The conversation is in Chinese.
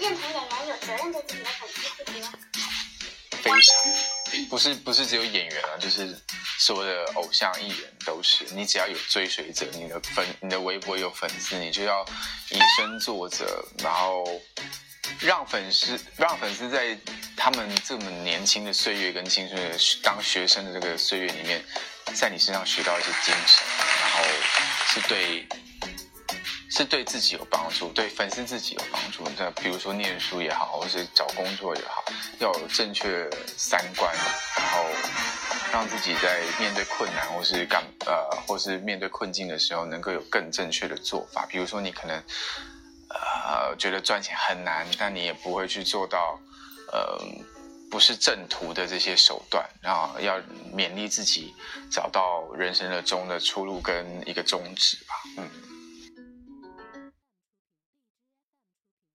认同演员有责任对自己的粉丝负责。 非常，不是只有演员啊，就是所有的偶像艺人都是。你只要有追随者，你的微博有粉丝，你就要以身作则，然后让粉丝在他们这么年轻的岁月跟青春的当学生的这个岁月里面，在你身上学到一些精神，然后是对自己有帮助，对粉丝自己有帮助。那比如说念书也好，或是找工作也好，要有正确三观，然后让自己在面对困难或是面对困境的时候，能够有更正确的做法。比如说你可能觉得赚钱很难，但你也不会去做到不是正途的这些手段，然后要勉励自己找到人生的出路跟一个宗旨吧。